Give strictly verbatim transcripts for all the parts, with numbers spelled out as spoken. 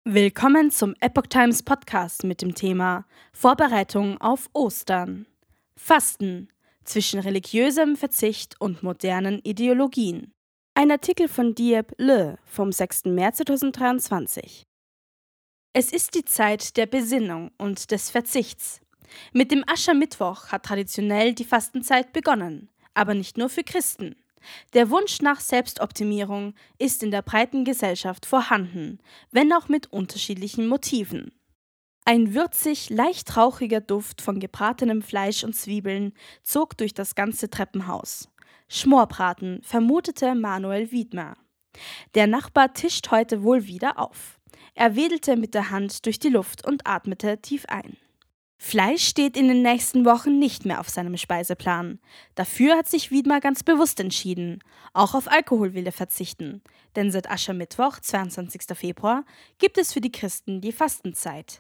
Willkommen zum Epoch Times Podcast mit dem Thema Vorbereitung auf Ostern. Fasten zwischen religiösem Verzicht und modernen Ideologien. Ein Artikel von Diep Le vom sechsten März zweitausenddreiundzwanzig. Es ist die Zeit der Besinnung und des Verzichts. Mit dem Aschermittwoch hat traditionell die Fastenzeit begonnen, aber nicht nur für Christen. Der Wunsch nach Selbstoptimierung ist in der breiten Gesellschaft vorhanden, wenn auch mit unterschiedlichen Motiven. Ein würzig, leicht rauchiger Duft von gebratenem Fleisch und Zwiebeln zog durch das ganze Treppenhaus. Schmorbraten, vermutete Manuel Wiedmer. Der Nachbar tischt heute wohl wieder auf. Er wedelte mit der Hand durch die Luft und atmete tief ein. Fleisch steht in den nächsten Wochen nicht mehr auf seinem Speiseplan. Dafür hat sich Wiedmer ganz bewusst entschieden. Auch auf Alkohol will er verzichten. Denn seit Aschermittwoch, zweiundzwanzigsten Februar, gibt es für die Christen die Fastenzeit.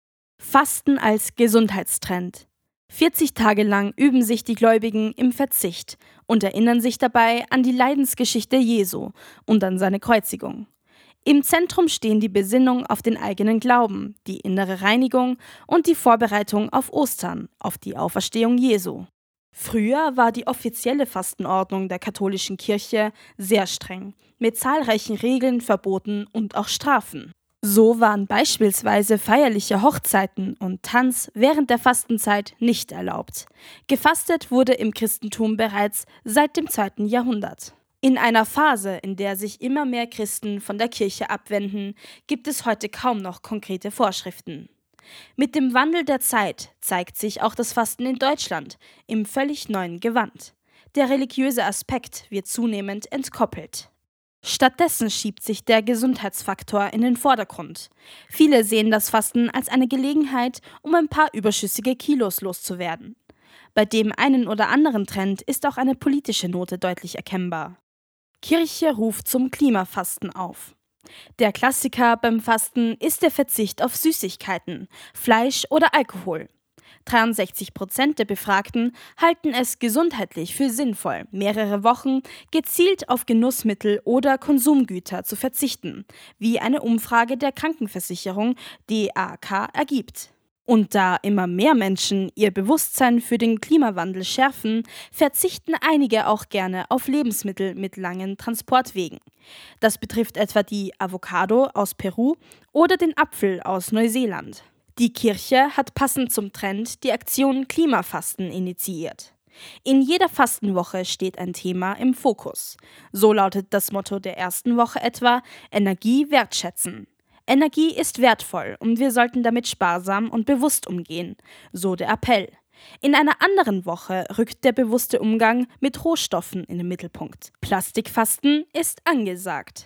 Fasten als Gesundheitstrend. vierzig Tage lang üben sich die Gläubigen im Verzicht und erinnern sich dabei an die Leidensgeschichte Jesu und an seine Kreuzigung. Im Zentrum stehen die Besinnung auf den eigenen Glauben, die innere Reinigung und die Vorbereitung auf Ostern, auf die Auferstehung Jesu. Früher war die offizielle Fastenordnung der katholischen Kirche sehr streng, mit zahlreichen Regeln, Verboten und auch Strafen. So waren beispielsweise feierliche Hochzeiten und Tanz während der Fastenzeit nicht erlaubt. Gefastet wurde im Christentum bereits seit dem zweiten Jahrhundert. In einer Phase, in der sich immer mehr Christen von der Kirche abwenden, gibt es heute kaum noch konkrete Vorschriften. Mit dem Wandel der Zeit zeigt sich auch das Fasten in Deutschland im völlig neuen Gewand. Der religiöse Aspekt wird zunehmend entkoppelt. Stattdessen schiebt sich der Gesundheitsfaktor in den Vordergrund. Viele sehen das Fasten als eine Gelegenheit, um ein paar überschüssige Kilos loszuwerden. Bei dem einen oder anderen Trend ist auch eine politische Note deutlich erkennbar. Kirche ruft zum Klimafasten auf. Der Klassiker beim Fasten ist der Verzicht auf Süßigkeiten, Fleisch oder Alkohol. dreiundsechzig Prozent der Befragten halten es gesundheitlich für sinnvoll, mehrere Wochen gezielt auf Genussmittel oder Konsumgüter zu verzichten, wie eine Umfrage der Krankenversicherung D A K ergibt. Und da immer mehr Menschen ihr Bewusstsein für den Klimawandel schärfen, verzichten einige auch gerne auf Lebensmittel mit langen Transportwegen. Das betrifft etwa die Avocado aus Peru oder den Apfel aus Neuseeland. Die Kirche hat passend zum Trend die Aktion Klimafasten initiiert. In jeder Fastenwoche steht ein Thema im Fokus. So lautet das Motto der ersten Woche etwa: Energie wertschätzen. Energie ist wertvoll und wir sollten damit sparsam und bewusst umgehen, so der Appell. In einer anderen Woche rückt der bewusste Umgang mit Rohstoffen in den Mittelpunkt. Plastikfasten ist angesagt.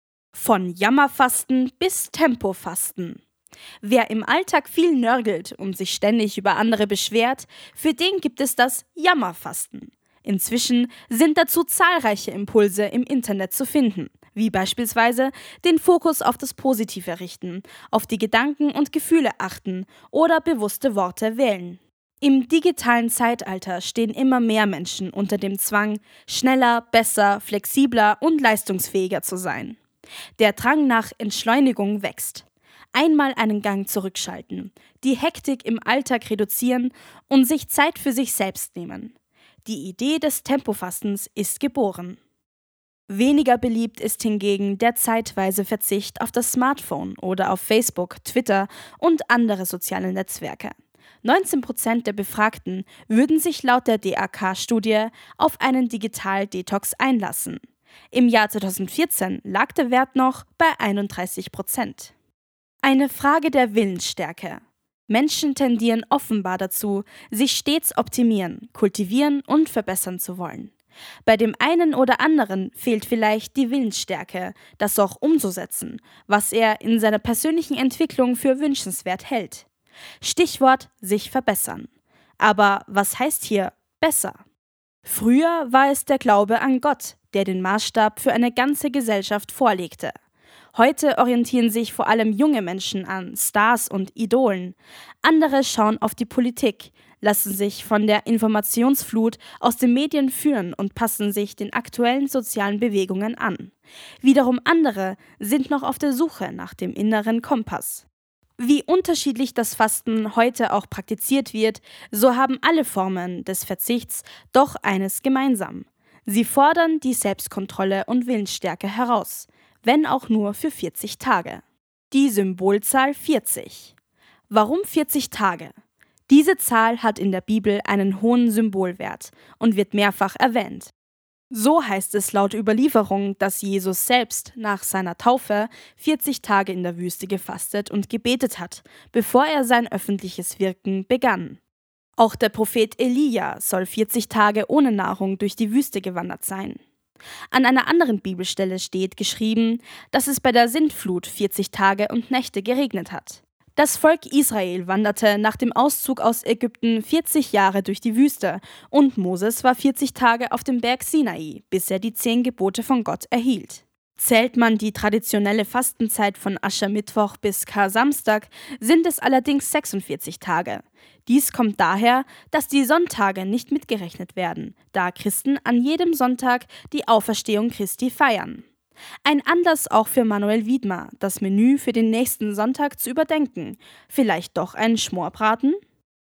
Von Jammerfasten bis Tempofasten. Wer im Alltag viel nörgelt und sich ständig über andere beschwert, für den gibt es das Jammerfasten. Inzwischen sind dazu zahlreiche Impulse im Internet zu finden, wie beispielsweise den Fokus auf das Positive richten, auf die Gedanken und Gefühle achten oder bewusste Worte wählen. Im digitalen Zeitalter stehen immer mehr Menschen unter dem Zwang, schneller, besser, flexibler und leistungsfähiger zu sein. Der Drang nach Entschleunigung wächst. Einmal einen Gang zurückschalten, die Hektik im Alltag reduzieren und sich Zeit für sich selbst nehmen. Die Idee des Tempofastens ist geboren. Weniger beliebt ist hingegen der zeitweise Verzicht auf das Smartphone oder auf Facebook, Twitter und andere soziale Netzwerke. neunzehn Prozent der Befragten würden sich laut der D A K-Studie auf einen Digital-Detox einlassen. Im Jahr zweitausendvierzehn lag der Wert noch bei einunddreißig Prozent. Eine Frage der Willensstärke. Menschen tendieren offenbar dazu, sich stets optimieren, kultivieren und verbessern zu wollen. Bei dem einen oder anderen fehlt vielleicht die Willensstärke, das auch umzusetzen, was er in seiner persönlichen Entwicklung für wünschenswert hält. Stichwort sich verbessern. Aber was heißt hier besser? Früher war es der Glaube an Gott, der den Maßstab für eine ganze Gesellschaft vorlegte. Heute orientieren sich vor allem junge Menschen an Stars und Idolen. Andere schauen auf die Politik, lassen sich von der Informationsflut aus den Medien führen und passen sich den aktuellen sozialen Bewegungen an. Wiederum andere sind noch auf der Suche nach dem inneren Kompass. Wie unterschiedlich das Fasten heute auch praktiziert wird, so haben alle Formen des Verzichts doch eines gemeinsam. Sie fordern die Selbstkontrolle und Willensstärke heraus, wenn auch nur für vierzig Tage. Die Symbolzahl vierzig. Warum vierzig Tage? Diese Zahl hat in der Bibel einen hohen Symbolwert und wird mehrfach erwähnt. So heißt es laut Überlieferung, dass Jesus selbst nach seiner Taufe vierzig Tage in der Wüste gefastet und gebetet hat, bevor er sein öffentliches Wirken begann. Auch der Prophet Elia soll vierzig Tage ohne Nahrung durch die Wüste gewandert sein. An einer anderen Bibelstelle steht geschrieben, dass es bei der Sintflut vierzig Tage und Nächte geregnet hat. Das Volk Israel wanderte nach dem Auszug aus Ägypten vierzig Jahre durch die Wüste und Moses war vierzig Tage auf dem Berg Sinai, bis er die zehn Gebote von Gott erhielt. Zählt man die traditionelle Fastenzeit von Aschermittwoch bis Kar-Samstag, sind es allerdings sechsundvierzig Tage. Dies kommt daher, dass die Sonntage nicht mitgerechnet werden, da Christen an jedem Sonntag die Auferstehung Christi feiern. Ein Anlass auch für Manuel Wiedmer, das Menü für den nächsten Sonntag zu überdenken. Vielleicht doch einen Schmorbraten?